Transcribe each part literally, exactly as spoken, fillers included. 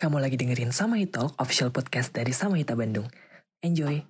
Kamu lagi dengerin Samai Talk, official podcast dari Samahita Bandung. Enjoy!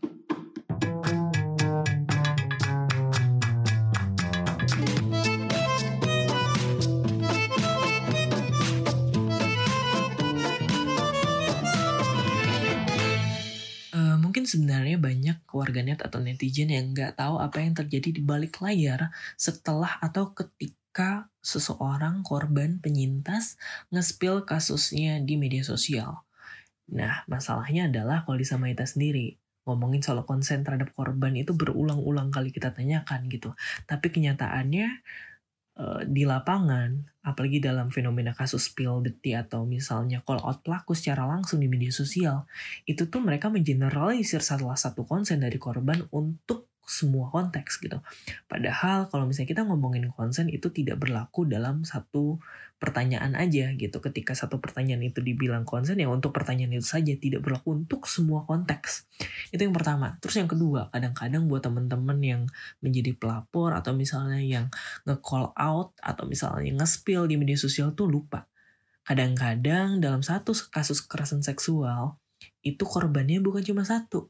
Uh, mungkin sebenarnya banyak warganet atau netizen yang nggak tahu apa yang terjadi di balik layar setelah atau ketika seseorang korban penyintas nge-spill kasusnya di media sosial. Nah, masalahnya adalah kalau di Samahita sendiri, ngomongin soal konsen terhadap korban itu berulang-ulang kali kita tanyakan gitu. Tapi kenyataannya uh, di lapangan, apalagi dalam fenomena kasus spill the tea atau misalnya call out pelaku secara langsung di media sosial, itu tuh mereka mengeneralisir salah satu konsen dari korban untuk semua konteks gitu. Padahal kalau misalnya kita ngomongin konsen itu tidak berlaku dalam satu pertanyaan aja gitu. Ketika satu pertanyaan itu dibilang konsen, ya untuk pertanyaan itu saja, tidak berlaku untuk semua konteks. Itu yang pertama. Terus yang kedua, kadang-kadang buat teman-teman yang menjadi pelapor atau misalnya yang nge-call out atau misalnya nge-spill di media sosial tuh lupa. Kadang-kadang dalam satu kasus kekerasan seksual itu korbannya bukan cuma satu.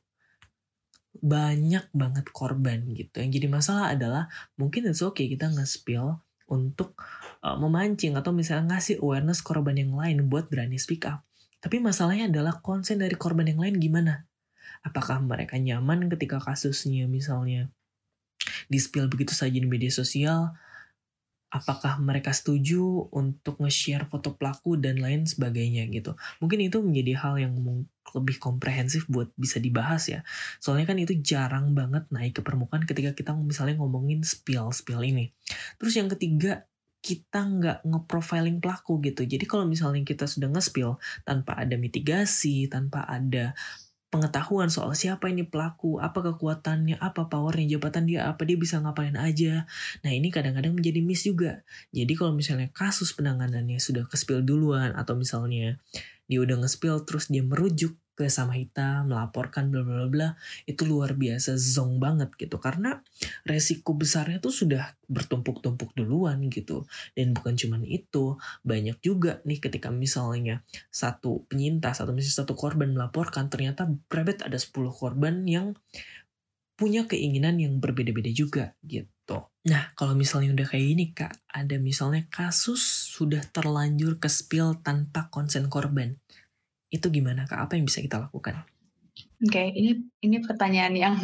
Banyak banget korban gitu. Yang jadi masalah adalah mungkin it's okay kita nge-spill untuk uh, memancing atau misalnya ngasih awareness korban yang lain buat berani speak up. Tapi masalahnya adalah konsen dari korban yang lain gimana? Apakah mereka nyaman ketika kasusnya misalnya di-spill begitu saja di media sosial? Apakah mereka setuju untuk nge-share foto pelaku dan lain sebagainya gitu. Mungkin itu menjadi hal yang lebih komprehensif buat bisa dibahas ya. Soalnya kan itu jarang banget naik ke permukaan ketika kita misalnya ngomongin spill-spill ini. Terus yang ketiga, kita nggak nge-profiling pelaku gitu. Jadi kalau misalnya kita sudah nge-spill tanpa ada mitigasi, tanpa ada pengetahuan soal siapa ini pelaku, apa kekuatannya, apa powernya, jabatan dia, apa dia bisa ngapain aja. Nah ini kadang-kadang menjadi miss juga. Jadi kalau misalnya kasus penanganannya sudah ke-spill duluan, atau misalnya dia udah nge-spill terus dia merujuk ke Samahita, melaporkan bla bla bla, itu luar biasa zong banget gitu. Karena resiko besarnya tuh sudah bertumpuk-tumpuk duluan gitu. Dan bukan cuma itu, banyak juga nih ketika misalnya satu penyintas atau misalnya satu korban melaporkan, ternyata berbeda ada sepuluh korban yang punya keinginan yang berbeda-beda juga gitu. Nah, kalau misalnya udah kayak gini Kak, ada misalnya kasus sudah terlanjur ke-spill tanpa konsen korban. Itu gimana Kak? Apa yang bisa kita lakukan? Oke, okay, ini ini pertanyaan yang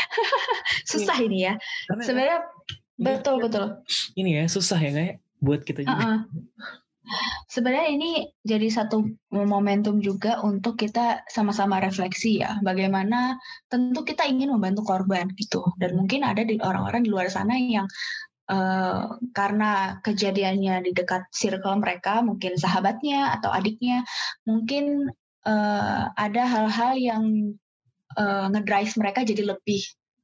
susah ini ya. Karena sebenarnya betul betul. Ini ya susah ya kayak buat kita juga. Uh-uh. Sebenarnya ini jadi satu momentum juga untuk kita sama-sama refleksi ya. Bagaimana tentu kita ingin membantu korban gitu. Dan mungkin ada di orang-orang di luar sana yang uh, karena kejadiannya di dekat circle mereka, mungkin sahabatnya atau adiknya, mungkin uh, ada hal-hal yang uh, ngedrive mereka jadi lebih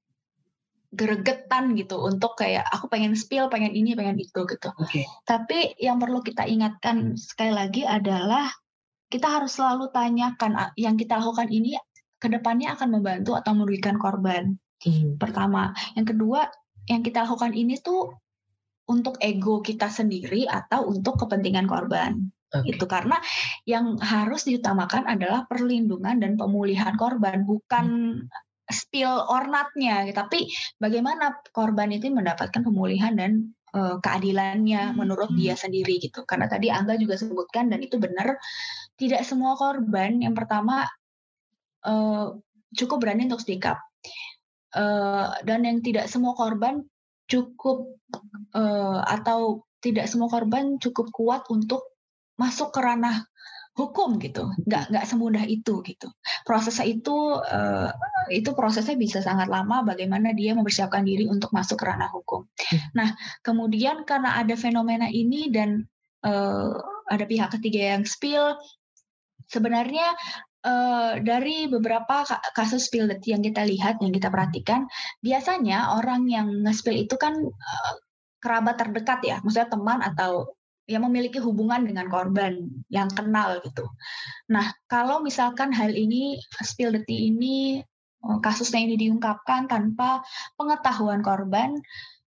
gregetan gitu untuk kayak aku pengen spill, pengen ini, pengen itu gitu. Okay. Tapi yang perlu kita ingatkan sekali lagi adalah kita harus selalu tanyakan yang kita lakukan ini kedepannya akan membantu atau merugikan korban. Hmm. Pertama, yang kedua, yang kita lakukan ini tuh untuk ego kita sendiri atau untuk kepentingan korban. Okay. Itu karena yang harus diutamakan adalah perlindungan dan pemulihan korban, bukan hmm. spill or not-nya, tapi bagaimana korban itu mendapatkan pemulihan dan uh, keadilannya menurut hmm. dia sendiri gitu. Karena tadi Angga juga sebutkan dan itu benar, tidak semua korban yang pertama uh, cukup berani untuk speak up, uh, dan yang tidak semua korban cukup uh, atau tidak semua korban cukup kuat untuk masuk ke ranah hukum gitu, nggak nggak semudah itu gitu. Prosesnya itu uh, itu prosesnya bisa sangat lama. Bagaimana dia mempersiapkan diri untuk masuk ke ranah hukum. Nah, kemudian karena ada fenomena ini dan uh, ada pihak ketiga yang spill, sebenarnya uh, dari beberapa kasus spill yang kita lihat, yang kita perhatikan, biasanya orang yang nge-spill itu kan uh, kerabat terdekat ya, maksudnya teman atau yang memiliki hubungan dengan korban yang kenal gitu. Nah, kalau misalkan hal ini, spill the tea ini, kasusnya ini diungkapkan tanpa pengetahuan korban,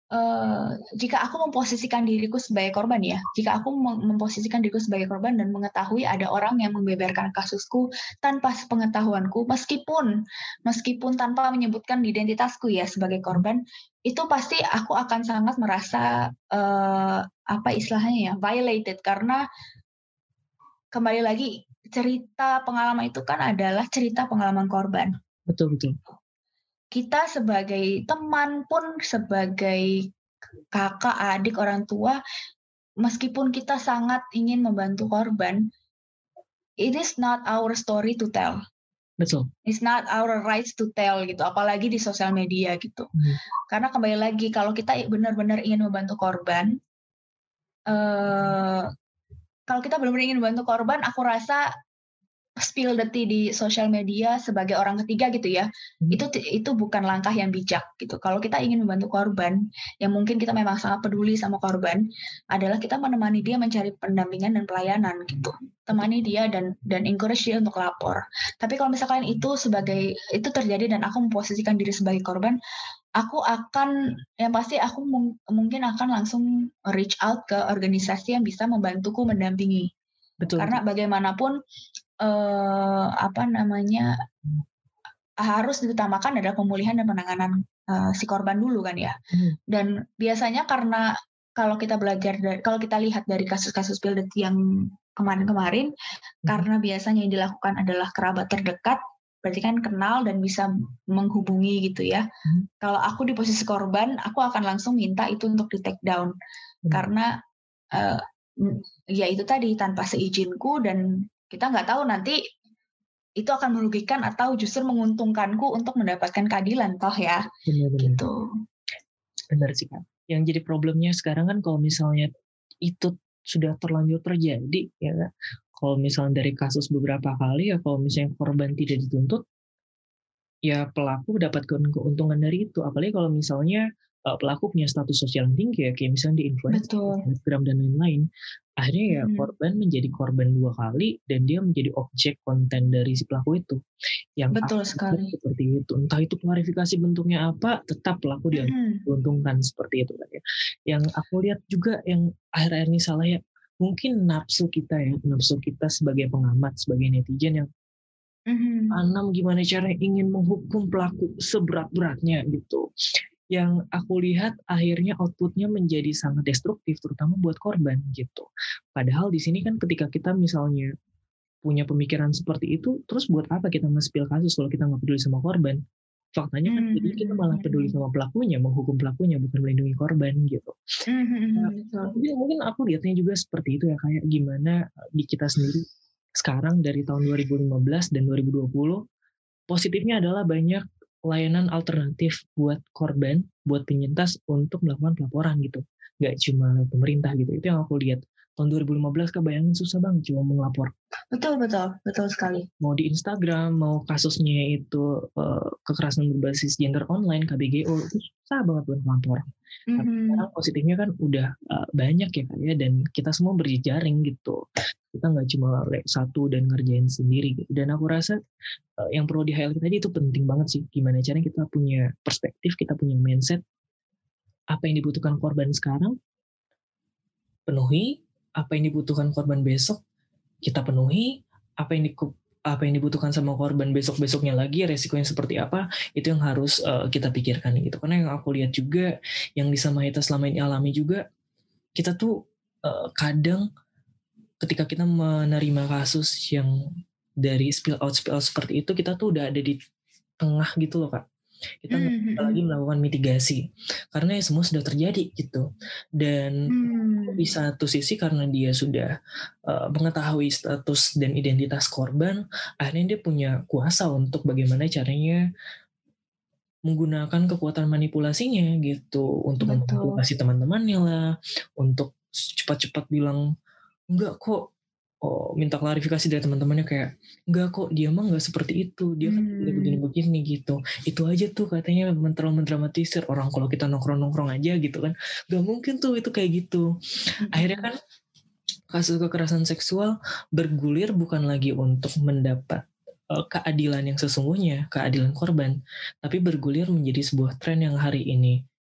uh, jika aku memposisikan diriku sebagai korban ya, jika aku memposisikan diriku sebagai korban dan mengetahui ada orang yang membeberkan kasusku tanpa sepengetahuanku, meskipun meskipun tanpa menyebutkan identitasku ya sebagai korban, itu pasti aku akan sangat merasa uh, apa istilahnya ya, violated, karena kembali lagi cerita pengalaman itu kan adalah cerita pengalaman korban. Betul betul. Kita sebagai teman pun, sebagai kakak, adik, orang tua, meskipun kita sangat ingin membantu korban, it is not our story to tell. Betul. It's not our rights to tell gitu, apalagi di sosial media gitu. Hmm. Karena kembali lagi, kalau kita benar-benar ingin membantu korban, uh, kalau kita benar-benar ingin membantu korban, aku rasa spill the tea di sosial media sebagai orang ketiga gitu ya, hmm. itu itu bukan langkah yang bijak gitu. Kalau kita ingin membantu korban, yang mungkin kita memang sangat peduli sama korban, adalah kita menemani dia mencari pendampingan dan pelayanan gitu, temani dia dan dan encourage dia untuk lapor. Tapi kalau misalkan itu sebagai itu terjadi dan aku memposisikan diri sebagai korban, aku akan yang pasti aku mung, mungkin akan langsung reach out ke organisasi yang bisa membantuku mendampingi. Betul. Karena bagaimanapun Uh, apa namanya harus diutamakan adalah pemulihan dan penanganan uh, si korban dulu kan ya. Hmm. Dan biasanya karena kalau kita belajar dari, kalau kita lihat dari kasus-kasus spill the tea yang kemarin-kemarin, hmm. karena biasanya yang dilakukan adalah kerabat terdekat, berarti kan kenal dan bisa menghubungi gitu ya. Hmm. Kalau aku di posisi korban, aku akan langsung minta itu untuk di take down, hmm. karena uh, ya itu tadi tanpa seizinku, dan kita nggak tahu nanti itu akan merugikan atau justru menguntungkanku untuk mendapatkan keadilan toh ya. Benar-benar. Gitu. Benar sih Kak. Yang jadi problemnya sekarang kan kalau misalnya itu sudah terlanjur terjadi ya kan. Kalau misalnya dari kasus beberapa kali ya, kalau misalnya korban tidak dituntut, ya pelaku dapat keuntungan dari itu. Apalagi kalau misalnya uh, pelaku punya status sosial yang tinggi ya, kayak misalnya di influencer, Instagram dan lain-lain. Akhirnya ya hmm. korban menjadi korban dua kali dan dia menjadi objek konten dari si pelaku itu. Yang betul sekali. Seperti itu. Entah itu klarifikasi bentuknya apa, tetap pelaku dia hmm. diuntungkan seperti itu kan ya. Yang aku lihat juga yang akhir-akhir ini salah ya, mungkin nafsu kita ya, nafsu kita sebagai pengamat, sebagai netizen yang mm-hmm. anam gimana caranya ingin menghukum pelaku seberat-beratnya gitu. Yang aku lihat akhirnya outputnya menjadi sangat destruktif, terutama buat korban gitu. Padahal di sini kan ketika kita misalnya punya pemikiran seperti itu, terus buat apa kita nge-spill kasus kalau kita nggak peduli sama korban? Faktanya kan mm-hmm. jadi kita malah peduli sama pelakunya, menghukum pelakunya, bukan melindungi korban gitu. Mm-hmm. Nah, jadi mungkin aku lihatnya juga seperti itu ya, kayak gimana di kita sendiri sekarang dari tahun dua ribu lima belas dan dua ribu dua puluh, positifnya adalah banyak layanan alternatif buat korban, buat penyintas untuk melakukan pelaporan gitu. Gak cuma pemerintah gitu. Itu yang aku lihat. Tahun dua ribu lima belas kebayangin susah banget cuma melapor. Betul, betul. Betul sekali. Mau di Instagram, mau kasusnya itu uh, kekerasan berbasis gender online, K B G O, itu susah banget buat melapor. Mm-hmm. Tapi sekarang positifnya kan udah uh, banyak ya Kak ya, dan kita semua berjejaring gitu. Kita nggak cuma satu dan ngerjain sendiri gitu. Dan aku rasa uh, yang perlu di-highlight tadi itu penting banget sih. Gimana caranya kita punya perspektif, kita punya mindset. Apa yang dibutuhkan korban sekarang, penuhi. Apa yang dibutuhkan korban besok, kita penuhi. Apa yang, di, apa yang dibutuhkan sama korban besok-besoknya lagi, resikonya seperti apa, itu yang harus uh, kita pikirkan gitu. Karena yang aku lihat juga, yang di Samahita selama ini alami juga, kita tuh uh, kadang ketika kita menerima kasus yang dari spill out spill out seperti itu, kita tuh udah ada di tengah gitu loh Kak. Kita nggak mm-hmm. lagi melakukan mitigasi karena ya semua sudah terjadi gitu. Dan mm. di satu sisi karena dia sudah uh, mengetahui status dan identitas korban, akhirnya dia punya kuasa untuk bagaimana caranya menggunakan kekuatan manipulasinya gitu untuk memanipulasi teman-temannya lah, untuk cepat-cepat bilang enggak kok, oh minta klarifikasi dari teman-temannya kayak enggak kok dia mah enggak seperti itu, dia kan hmm. begini-begini gitu. Itu aja tuh katanya terlalu mendramatisir, orang kalau kita nongkrong-nongkrong aja gitu kan, enggak mungkin tuh itu kayak gitu. Hmm. Akhirnya kan kasus kekerasan seksual bergulir bukan lagi untuk mendapat uh, keadilan yang sesungguhnya, keadilan korban, tapi bergulir menjadi sebuah tren yang hari ini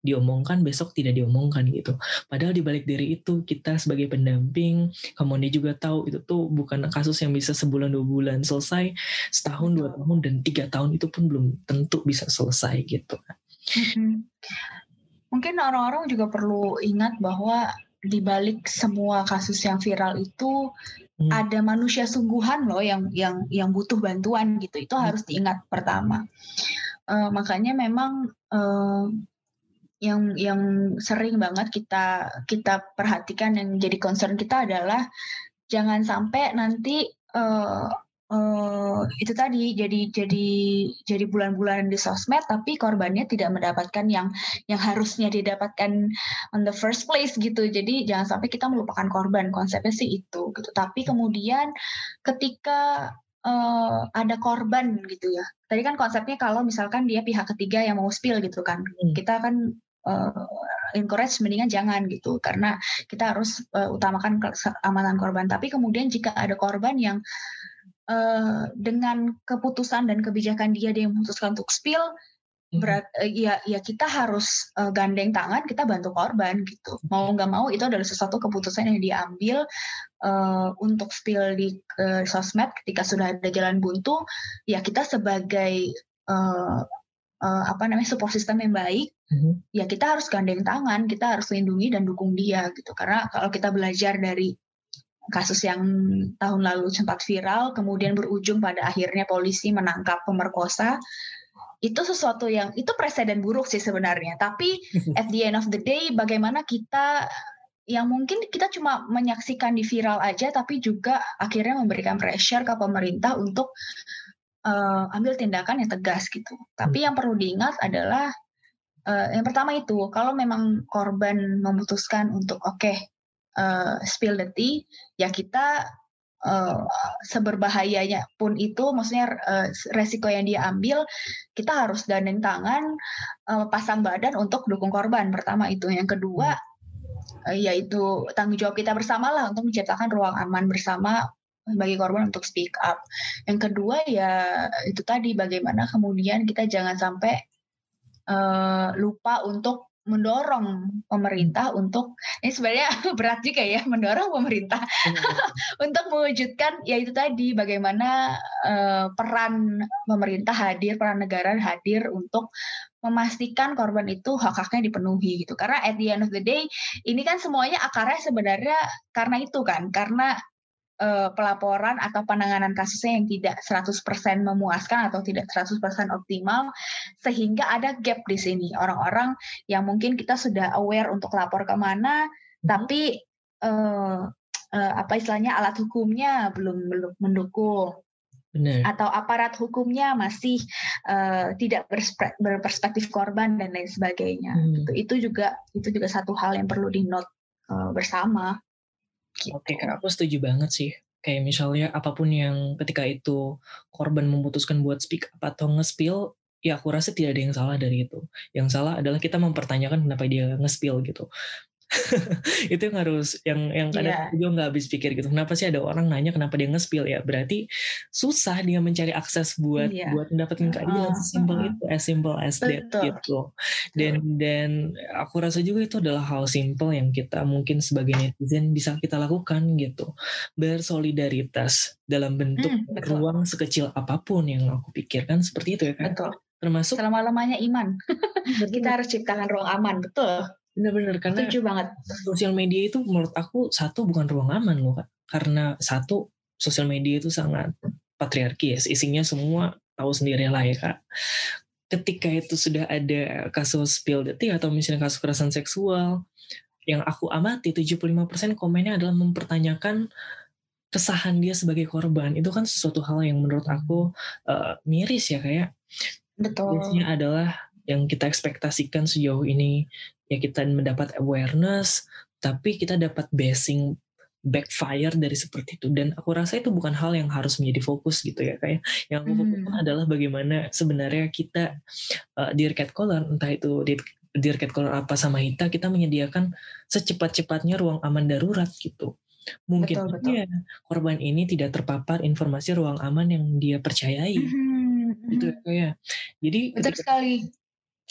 diomongkan, besok tidak diomongkan gitu. Padahal di balik dari itu kita sebagai pendamping, kemudian dia juga tahu itu tuh bukan kasus yang bisa sebulan dua bulan selesai, setahun dua Betul. tahun dan tiga tahun itu pun belum tentu bisa selesai gitu. Mm-hmm. Mungkin orang-orang juga perlu ingat bahwa di balik semua kasus yang viral itu hmm. ada manusia sungguhan loh yang yang yang butuh bantuan gitu. Itu hmm. harus diingat pertama. Uh, makanya memang uh, yang yang sering banget kita kita perhatikan yang jadi concern kita adalah jangan sampai nanti uh, uh, itu tadi jadi jadi jadi bulan-bulan di sosmed tapi korbannya tidak mendapatkan yang yang harusnya didapatkan on the first place gitu. Jadi jangan sampai kita melupakan korban, konsepnya sih itu gitu. Tapi kemudian ketika Uh, ada korban gitu ya. Tadi kan konsepnya kalau misalkan dia pihak ketiga yang mau spill gitu kan, hmm. kita kan uh, encourage mendingan jangan gitu, karena kita harus uh, utamakan keamanan korban. Tapi kemudian jika ada korban yang uh, dengan keputusan dan kebijakan dia dia memutuskan untuk spill, hmm. berat, uh, ya ya kita harus uh, gandeng tangan, kita bantu korban gitu. Mau nggak mau itu adalah sesuatu keputusan yang diambil Uh, untuk spill di uh, sosmed ketika sudah ada jalan buntu, ya kita sebagai uh, uh, apa namanya support system yang baik, mm-hmm. ya kita harus gandeng tangan, kita harus lindungi dan dukung dia gitu. Karena kalau kita belajar dari kasus yang tahun lalu sempat viral, kemudian berujung pada akhirnya polisi menangkap pemerkosa, itu sesuatu yang itu presiden buruk sih sebenarnya. Tapi at the end of the day, bagaimana kita yang mungkin kita cuma menyaksikan di viral aja, tapi juga akhirnya memberikan pressure ke pemerintah untuk uh, ambil tindakan yang tegas gitu. Tapi yang perlu diingat adalah uh, yang pertama itu, kalau memang korban memutuskan untuk oke okay, uh, spill the tea, ya kita uh, seberbahayanya pun itu, maksudnya uh, resiko yang dia ambil, kita harus gandeng tangan, uh, pasang badan untuk dukung korban. Pertama itu. Yang kedua, yaitu tanggung jawab kita bersama lah untuk menciptakan ruang aman bersama bagi korban untuk speak up. Yang kedua ya itu tadi, bagaimana kemudian kita jangan sampai uh, lupa untuk mendorong pemerintah untuk, ini sebenarnya berat juga ya, mendorong pemerintah untuk mewujudkan ya itu tadi, bagaimana uh, peran pemerintah hadir, peran negara hadir untuk memastikan korban itu hak-haknya dipenuhi gitu. Karena at the end of the day, ini kan semuanya akarnya sebenarnya karena itu kan, karena uh, pelaporan atau penanganan kasusnya yang tidak seratus persen memuaskan atau tidak seratus persen optimal, sehingga ada gap di sini. Orang-orang yang mungkin kita sudah aware untuk lapor kemana, hmm. tapi uh, uh, apa istilahnya alat hukumnya belum belum mendukung. Benar. Atau aparat hukumnya masih uh, tidak berperspektif korban dan lain sebagainya. Hmm. Gitu. Itu juga itu juga satu hal yang perlu di note uh, bersama. Gitu. Oke, Kak, aku setuju banget sih. Kayak misalnya apapun yang ketika itu korban memutuskan buat speak up atau nge-spill, ya aku rasa tidak ada yang salah dari itu. Yang salah adalah kita mempertanyakan kenapa dia nge-spill gitu. Itu yang harus yang yang kadang yeah. juga nggak habis pikir gitu, kenapa sih ada orang nanya kenapa dia nge-spill, ya berarti susah dia mencari akses buat yeah. buat mendapatkan keadilan. uh, sesimpel uh, itu, as simple as that gitu. Dan dan aku rasa juga itu adalah hal simple yang kita mungkin sebagai netizen bisa kita lakukan gitu, bersolidaritas dalam bentuk mm, ruang sekecil apapun yang aku pikirkan seperti itu ya kan. Betul. Termasuk selama-lamanya iman. Kita harus ciptakan ruang aman. Betul. Benar-benar, karena setuju banget. Sosial media itu menurut aku satu bukan ruang aman loh Kak. Karena satu, sosial media itu sangat patriarki ya, isinya semua tahu sendiri lah ya Kak. Ketika itu sudah ada kasus spill the tea atau misalnya kasus kekerasan seksual, yang aku amati tujuh puluh lima persen komennya adalah mempertanyakan kesahan dia sebagai korban. Itu kan sesuatu hal yang menurut aku uh, miris ya kayak. Betul. Biasanya adalah yang kita ekspektasikan sejauh ini, ya kita mendapat awareness, tapi kita dapat bashing backfire dari seperti itu. Dan aku rasa itu bukan hal yang harus menjadi fokus gitu ya. Kayak yang aku fokuskan hmm. adalah bagaimana sebenarnya kita uh, di Catcaller, entah itu di, di Catcaller apa sama Hita, kita menyediakan secepat-cepatnya ruang aman darurat gitu. Mungkin betul, betul. Ya, korban ini tidak terpapar informasi ruang aman yang dia percayai. Hmm. Gitu ya. Jadi betul sekali.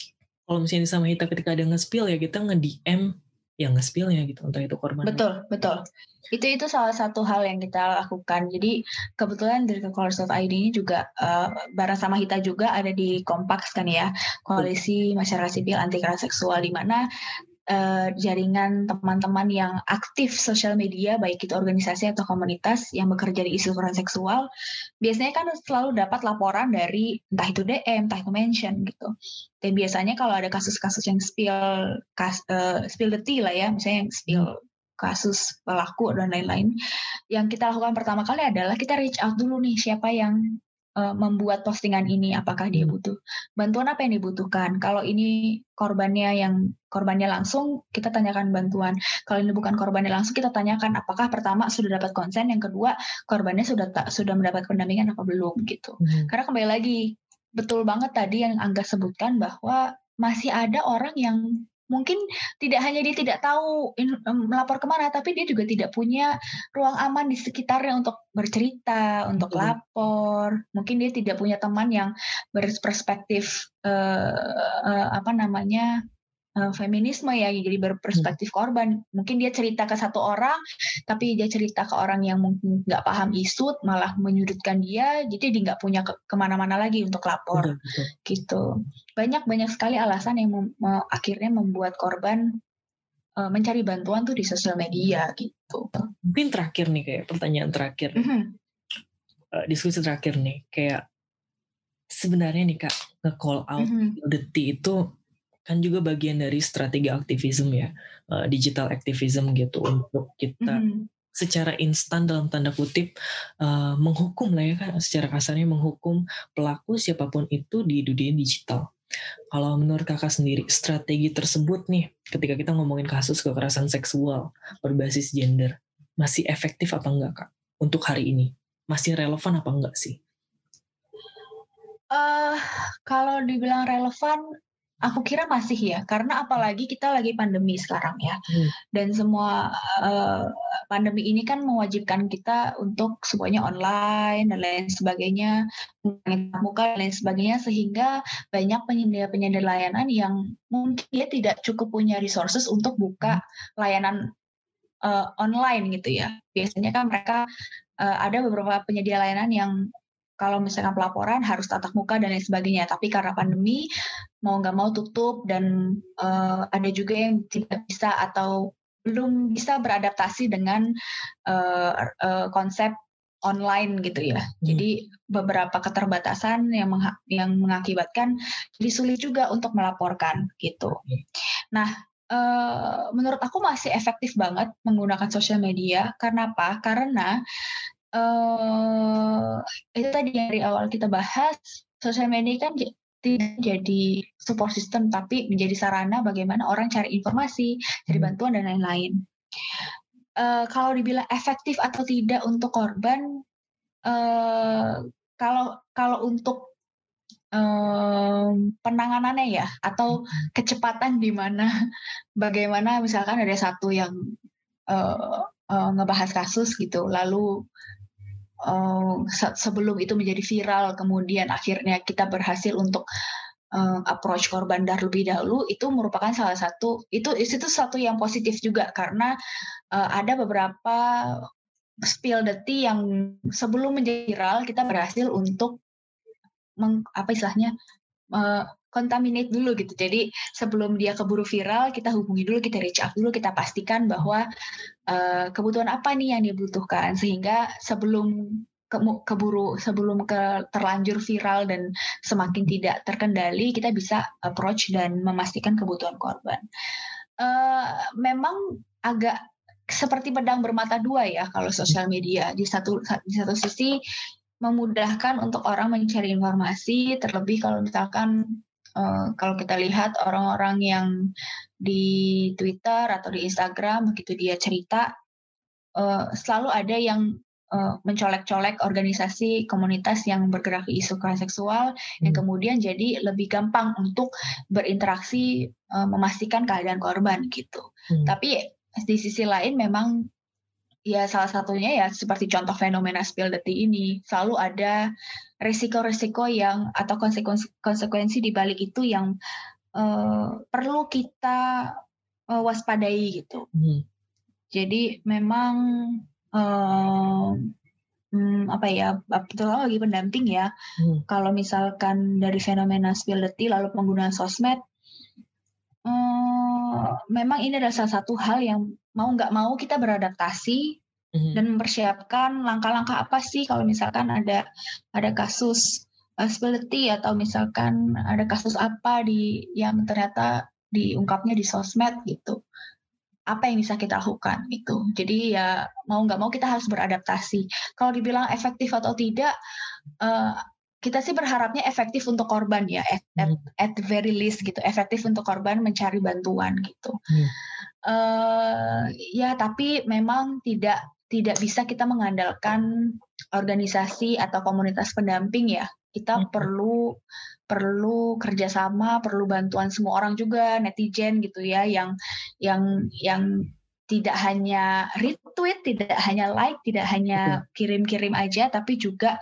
Kalau misalnya sama kita ketika ada nge-spill ya kita nge-D M yang nge-spillnya gitu, entah itu korban. Betul, betul. Itu itu salah satu hal yang kita lakukan. Jadi kebetulan dari Colors of I D ini juga uh, bareng sama Hita juga ada di Kompas kan ya, Koalisi Masyarakat Sipil Anti Kekerasan Seksual, di mana uh, jaringan teman-teman yang aktif sosial media, baik itu organisasi atau komunitas yang bekerja di isu kekerasan seksual, biasanya kan selalu dapat laporan dari entah itu D M, entah itu mention gitu. Dan biasanya kalau ada kasus-kasus yang spill, kas, uh, spill the tea lah ya, misalnya yang spill kasus pelaku dan lain-lain, yang kita lakukan pertama kali adalah kita reach out dulu nih siapa yang uh, membuat postingan ini, apakah dia butuh bantuan, apa yang dibutuhkan. Kalau ini korbannya yang korbannya langsung, kita tanyakan bantuan. Kalau ini bukan korbannya langsung, kita tanyakan apakah pertama sudah dapat konsen, yang kedua korbannya sudah tak sudah mendapat pendampingan apa belum gitu. Hmm. Karena kembali lagi betul banget tadi yang Angga sebutkan bahwa masih ada orang yang mungkin tidak hanya dia tidak tahu in, um, melapor kemana, tapi dia juga tidak punya ruang aman di sekitarnya untuk bercerita, untuk hmm. lapor. Mungkin dia tidak punya teman yang berperspektif uh, uh, apa namanya uh, feminisme ya, jadi berperspektif hmm. korban. Mungkin dia cerita ke satu orang, tapi dia cerita ke orang yang mungkin nggak paham isu, malah menyudutkan dia, jadi dia nggak punya ke- kemana-mana lagi untuk lapor. Betul, betul. Gitu. Banyak-banyak sekali alasan yang mem- akhirnya membuat korban uh, mencari bantuan tuh di sosial media gitu. Mungkin terakhir nih, kayak pertanyaan terakhir, mm-hmm. uh, diskusi terakhir nih, kayak sebenarnya nih Kak, nge-call out mm-hmm. the tea itu kan juga bagian dari strategi aktivisme ya, uh, digital activism gitu, untuk kita mm-hmm. secara instan dalam tanda kutip uh, menghukum lah ya kan, secara kasarnya menghukum pelaku siapapun itu di dunia digital. Kalau menurut kakak sendiri, strategi tersebut nih, ketika kita ngomongin kasus kekerasan seksual berbasis gender, masih efektif apa enggak Kak? Untuk hari ini, masih relevan apa enggak sih? Uh, kalau dibilang relevan, aku kira masih ya, karena apalagi kita lagi pandemi sekarang ya, hmm. dan semua uh, pandemi ini kan mewajibkan kita untuk semuanya online dan lain sebagainya, muka dan lain sebagainya, sehingga banyak penyedia-penyedia layanan yang mungkin dia tidak cukup punya resources untuk buka layanan uh, online gitu ya. Biasanya kan mereka uh, ada beberapa penyedia layanan yang kalau misalkan pelaporan harus tatap muka dan lain sebagainya, tapi karena pandemi mau nggak mau tutup, dan uh, ada juga yang tidak bisa atau belum bisa beradaptasi dengan uh, uh, konsep online gitu ya. Hmm. Jadi beberapa keterbatasan yang mengha- yang mengakibatkan jadi sulit juga untuk melaporkan gitu. Nah, uh, menurut aku masih efektif banget menggunakan sosial media. Karena apa? Karena Uh, itu tadi dari awal kita bahas, sosial media kan j- tidak jadi support system, tapi menjadi sarana bagaimana orang cari informasi, cari bantuan dan lain-lain. Uh, kalau dibilang efektif atau tidak untuk korban, uh, kalau kalau untuk um, penanganannya ya, atau kecepatan di mana, bagaimana misalkan ada satu yang uh, uh, ngebahas kasus gitu, lalu Uh, sebelum itu menjadi viral, kemudian akhirnya kita berhasil untuk uh, approach korban lebih dahulu, itu merupakan salah satu itu itu satu yang positif juga, karena uh, ada beberapa spill the tea yang sebelum menjadi viral kita berhasil untuk meng, apa istilahnya uh, contaminate dulu gitu. Jadi sebelum dia keburu viral, kita hubungi dulu, kita reach out dulu, kita pastikan bahwa uh, kebutuhan apa nih yang dibutuhkan, sehingga sebelum ke, keburu sebelum ke terlanjur viral dan semakin tidak terkendali, kita bisa approach dan memastikan kebutuhan korban. Uh, memang agak seperti pedang bermata dua ya kalau sosial media. Di satu di satu sisi memudahkan untuk orang mencari informasi, terlebih kalau misalkan Uh, kalau kita lihat orang-orang yang di Twitter atau di Instagram, begitu dia cerita, uh, selalu ada yang uh, mencolek-colek organisasi komunitas yang bergerak di isu kekerasan seksual, hmm. yang kemudian jadi lebih gampang untuk berinteraksi, uh, memastikan keadaan korban gitu. Hmm. Tapi di sisi lain memang ya salah satunya ya seperti contoh fenomena spill the tea ini, selalu ada resiko-resiko yang atau konsekuensi konsekuensi di balik itu yang uh, perlu kita uh, waspadai gitu. Hmm. Jadi memang uh, hmm, apa ya, terutama bagi pendamping ya, hmm. kalau misalkan dari fenomena spill the tea lalu penggunaan sosmed, uh, memang ini adalah salah satu hal yang mau nggak mau kita beradaptasi hmm. dan mempersiapkan langkah-langkah apa sih kalau misalkan ada ada kasus uh, spill the tea atau misalkan ada kasus apa di yang ternyata diungkapnya di sosmed gitu. Apa yang bisa kita lakukan itu. Jadi ya mau nggak mau kita harus beradaptasi. Kalau dibilang efektif atau tidak, uh, kita sih berharapnya efektif untuk korban ya, at, at, at the very least gitu, efektif untuk korban mencari bantuan gitu. Hmm. Uh, ya tapi memang tidak tidak bisa kita mengandalkan organisasi atau komunitas pendamping ya. Kita hmm. perlu perlu kerjasama, perlu bantuan semua orang juga, netizen gitu ya, yang yang yang tidak hanya retweet, tidak hanya like, tidak hanya kirim-kirim aja, tapi juga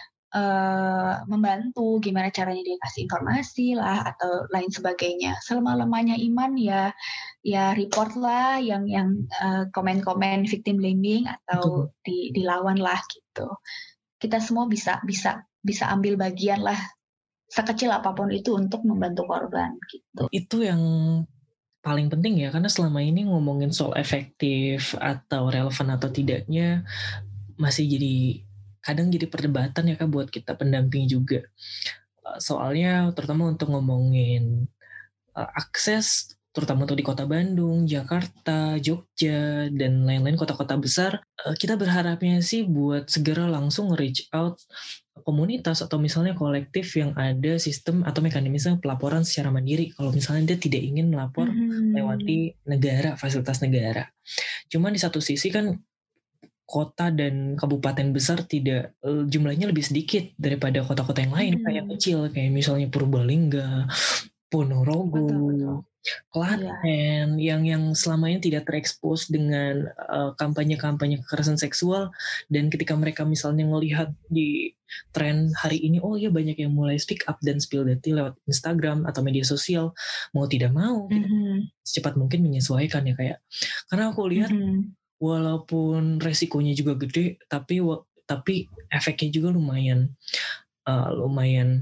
uh, membantu gimana caranya dia kasih informasi lah atau lain sebagainya. Selama-lamanya iman ya, ya report lah yang yang uh, komen-komen victim blaming atau di, dilawan lah gitu. Kita semua bisa bisa bisa ambil bagian lah, sekecil apapun itu untuk membantu korban gitu. Itu yang paling penting ya, karena selama ini ngomongin soal efektif atau relevan atau tidaknya masih jadi kadang jadi perdebatan ya Kak buat kita pendamping juga. Soalnya terutama untuk ngomongin uh, akses terutama untuk di kota Bandung, Jakarta, Jogja, dan lain-lain kota-kota besar, uh, kita berharapnya sih buat segera langsung reach out komunitas atau misalnya kolektif yang ada sistem atau mekanisme pelaporan secara mandiri kalau misalnya dia tidak ingin melapor mm-hmm. lewati negara, fasilitas negara. Cuman di satu sisi kan kota dan kabupaten besar tidak jumlahnya lebih sedikit daripada kota-kota yang lain, mm-hmm. kayak yang kecil kayak misalnya Purbalingga, Ponorogo, betul, betul. Klaten, yeah. yang yang selama ini tidak terekspos dengan uh, kampanye-kampanye kekerasan seksual, dan ketika mereka misalnya ngelihat di tren hari ini, oh ya banyak yang mulai speak up dan spill the tea lewat Instagram atau media sosial, mau tidak mau mm-hmm. kita secepat mungkin menyesuaikan ya kayak, karena aku lihat mm-hmm. walaupun resikonya juga gede, tapi tapi efeknya juga lumayan uh, lumayan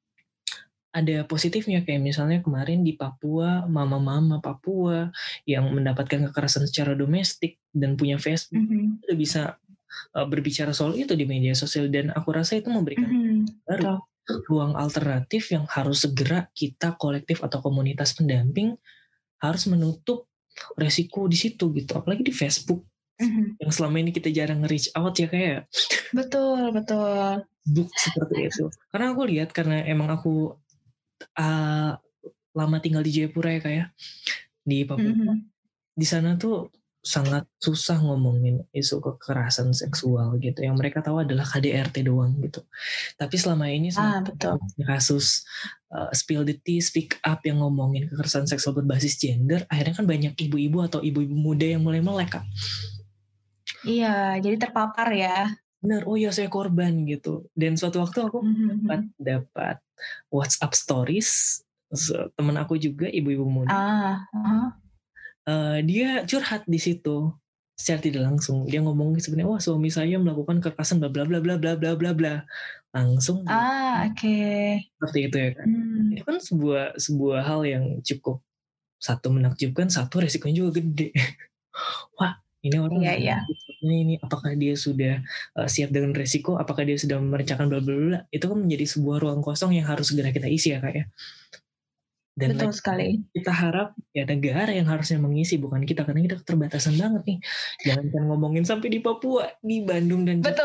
ada positifnya, kayak misalnya kemarin di Papua, mama-mama Papua yang mendapatkan kekerasan secara domestik dan punya Facebook, mm-hmm. udah bisa uh, berbicara soal itu di media sosial, dan aku rasa itu memberikan mm-hmm. baru ruang alternatif yang harus segera kita kolektif atau komunitas pendamping harus menutup resiko di situ gitu, apalagi di Facebook mm-hmm. yang selama ini kita jarang nge-reach out ya kayak. Betul, betul. Book seperti itu. Karena aku lihat, karena emang aku Uh, lama tinggal di Jayapura ya kayak di Papua, mm-hmm. di sana tuh sangat susah ngomongin isu kekerasan seksual gitu. Yang mereka tahu adalah K D R T doang gitu. Tapi selama ini ah, betul. kasus uh, spill the tea, speak up yang ngomongin kekerasan seksual berbasis gender, akhirnya kan banyak ibu-ibu atau ibu-ibu muda yang mulai melek Kak. Iya, jadi terpapar ya. Benar, oh ya saya korban gitu. Dan suatu waktu aku mm-hmm. dapat dapat WhatsApp stories so, teman aku juga ibu-ibu muda. Ah, uh-huh. uh, dia curhat di situ secara tidak langsung. Dia ngomong sebenarnya, wah suami saya melakukan kekerasan bla bla bla bla bla bla bla bla. Langsung. Ah, oke. Okay. Seperti itu ya kan. Hmm. Itu kan sebuah sebuah hal yang cukup, satu menakjubkan, satu resikonya juga gede. Wah. Ini orang iya, iya. ini, ini apakah dia sudah uh, siap dengan resiko, apakah dia sudah merencanakan bla bla bla. Itu kan menjadi sebuah ruang kosong yang harus segera kita isi ya Kak ya. Dan betul sekali. Kita harap ya negara yang harusnya mengisi, bukan kita, karena kita keterbatasan banget nih. Jangan kan ngomongin sampai di Papua, di Bandung dan betul.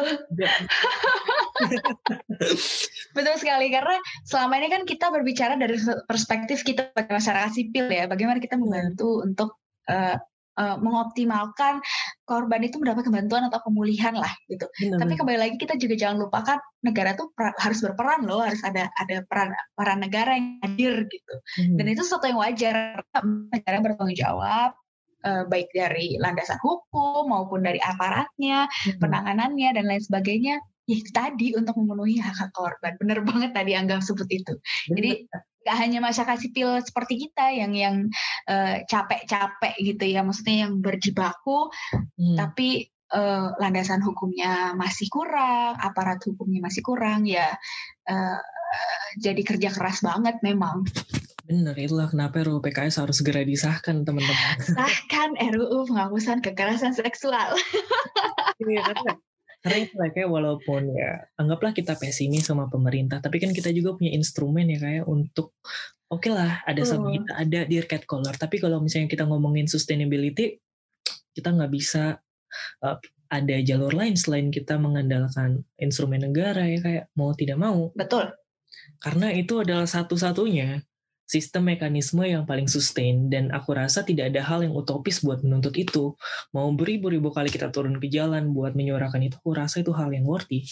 Betul sekali, karena selama ini kan kita berbicara dari perspektif kita sebagai masyarakat sipil ya, bagaimana kita membantu hmm. untuk uh, Uh, mengoptimalkan korban itu mendapat bantuan atau pemulihan lah gitu. Benar, tapi kembali lagi kita juga jangan lupakan negara tuh pra, harus berperan loh, harus ada ada peran peran negara yang hadir gitu. Hmm. Dan itu sesuatu yang wajar, negara bertanggung jawab uh, baik dari landasan hukum maupun dari aparatnya, hmm. penanganannya dan lain sebagainya. Ya itu tadi untuk memenuhi hak-hak korban. Bener banget tadi Angga sebut itu. Bener. Jadi Gak hanya masyarakat sipil seperti kita yang yang uh, capek-capek gitu ya, maksudnya yang berjibaku, hmm. tapi uh, landasan hukumnya masih kurang, aparat hukumnya masih kurang, ya uh, jadi kerja keras banget memang. Bener, itulah kenapa R U U P K S harus segera disahkan, teman-teman. Sahkan R U U penghapusan kekerasan seksual. Iya, karena Karena itu lah kayak walaupun ya anggaplah kita pesimis sama pemerintah, tapi kan kita juga punya instrumen ya kayak untuk oke okay lah ada sama kita ada di Cat Collar, tapi kalau misalnya kita ngomongin sustainability, kita nggak bisa uh, ada jalur lain selain kita mengandalkan instrumen negara ya kayak mau tidak mau. Betul. Karena itu adalah satu-satunya sistem mekanisme yang paling sustain, dan aku rasa tidak ada hal yang utopis buat menuntut itu. Mau beribu-ribu kali kita turun ke jalan buat menyuarakan itu, aku rasa itu hal yang worthy.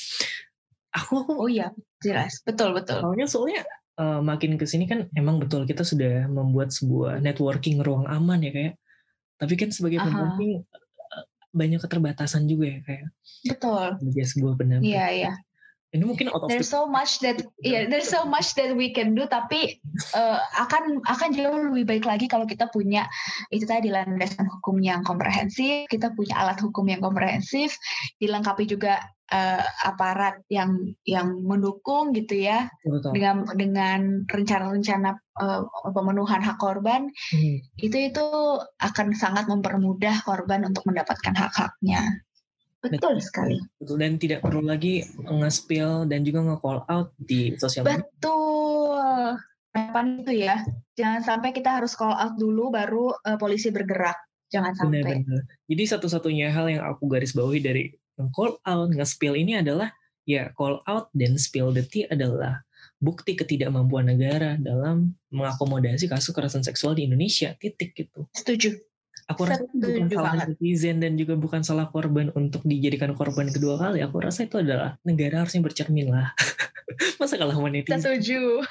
Aku aku oh iya, jelas, betul betul. Soalnya soalnya uh, makin kesini kan emang betul kita sudah membuat sebuah networking ruang aman ya kayak. Tapi kan sebagai pendamping uh, banyak keterbatasan juga ya kayak. Betul. Sebagai sebuah pendamping. Iya iya. Ini mungkin out of there's so much that yeah there's so much that we can do, tapi uh, akan akan jauh lebih baik lagi kalau kita punya itu tadi landasan hukum yang komprehensif, kita punya alat hukum yang komprehensif, dilengkapi juga uh, aparat yang yang mendukung gitu ya. Betul. dengan dengan rencana-rencana uh, pemenuhan hak korban. hmm. itu itu akan sangat mempermudah korban untuk mendapatkan hak-haknya. Betul dan, sekali. Betul, dan tidak perlu lagi nge-spill dan juga nge-call out di sosial media. Betul. Kapan itu ya? Jangan sampai kita harus call out dulu baru uh, polisi bergerak. Jangan sampai. Benar-benar. Jadi satu-satunya hal yang aku garis bawahi dari call out, nge-spill ini adalah ya call out dan spill the tea adalah bukti ketidakmampuan negara dalam mengakomodasi kasus kekerasan seksual di Indonesia. Titik gitu. Setuju. Aku rasa itu bukan salah netizen dan juga bukan salah korban untuk dijadikan korban kedua kali. Aku rasa itu adalah negara harusnya bercermin lah. Masa kalah sama netizen? Setuju.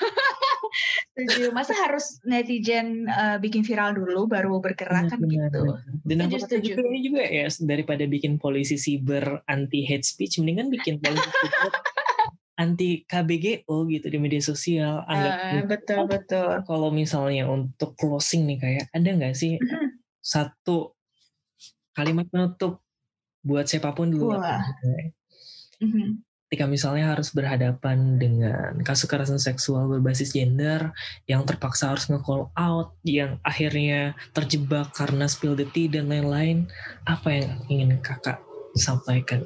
Setuju. Masa harus netizen uh, bikin viral dulu baru bergerak kan gitu. Dan aku rasa juga ini juga ya daripada bikin polisi siber anti hate speech, mendingan bikin polisi siber anti K B G O gitu di media sosial. Uh, betul betul. Kalau misalnya untuk closing nih kayak ada nggak sih? Satu kalimat penutup buat siapapun di luar. Mm-hmm. Ketika misalnya harus berhadapan dengan kasus kekerasan seksual berbasis gender yang terpaksa harus nge-call out, yang akhirnya terjebak karena spill the tea dan lain-lain, apa yang ingin kakak sampaikan?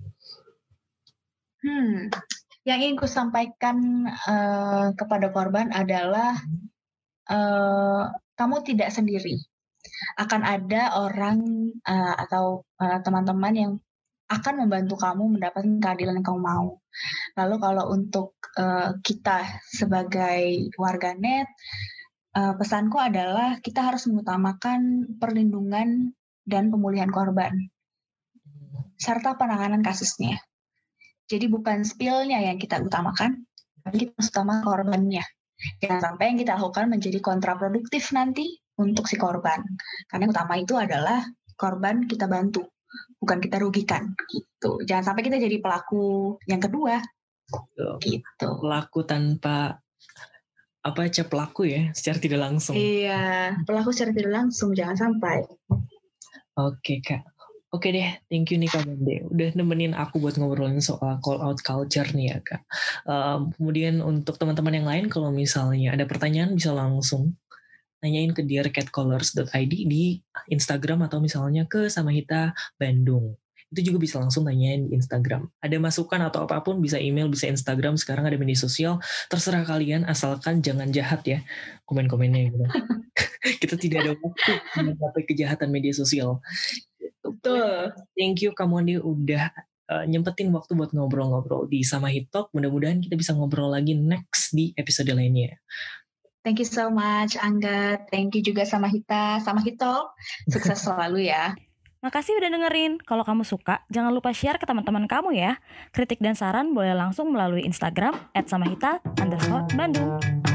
Hmm, yang ingin ku sampaikan uh, kepada korban adalah uh, kamu tidak sendiri. Akan ada orang uh, atau uh, teman-teman yang akan membantu kamu mendapatkan keadilan yang kamu mau. Lalu kalau untuk uh, kita sebagai warganet, uh, pesanku adalah kita harus mengutamakan perlindungan dan pemulihan korban, serta penanganan kasusnya. Jadi bukan spill-nya yang kita utamakan, tapi kita harus utamakan korbannya. Jangan sampai yang kita lakukan menjadi kontraproduktif nanti untuk si korban. Karena yang utama itu adalah korban kita bantu, bukan kita rugikan gitu. Jangan sampai kita jadi pelaku yang kedua. Betul. Gitu. Pelaku tanpa apa aja pelaku ya, secara tidak langsung. Iya, pelaku secara tidak langsung, jangan sampai. Oke Kak. Oke deh, thank you nih Kak Bande. Udah nemenin aku buat ngobrolin soal call out culture nih ya Kak. Um, kemudian untuk teman-teman yang lain, kalau misalnya ada pertanyaan bisa langsung nanyain ke dear cat colors dot i d di Instagram atau misalnya ke Samahita Bandung. Itu juga bisa langsung nanyain di Instagram. Ada masukan atau apapun bisa email, bisa Instagram, sekarang ada media sosial. Terserah kalian, asalkan jangan jahat ya komen-komennya gitu. Kita tidak ada waktu mencapai kejahatan media sosial. Betul. Thank you Kak Mondi udah uh, nyempetin waktu buat ngobrol-ngobrol di Samahit Talk. Mudah-mudahan kita bisa ngobrol lagi next di episode lainnya. Thank you so much Angga. Thank you juga Samahita. Samahit Talk. Sukses selalu ya. Makasih udah dengerin. Kalau kamu suka, jangan lupa share ke teman-teman kamu ya. Kritik dan saran boleh langsung melalui Instagram at samahita underscore Bandung.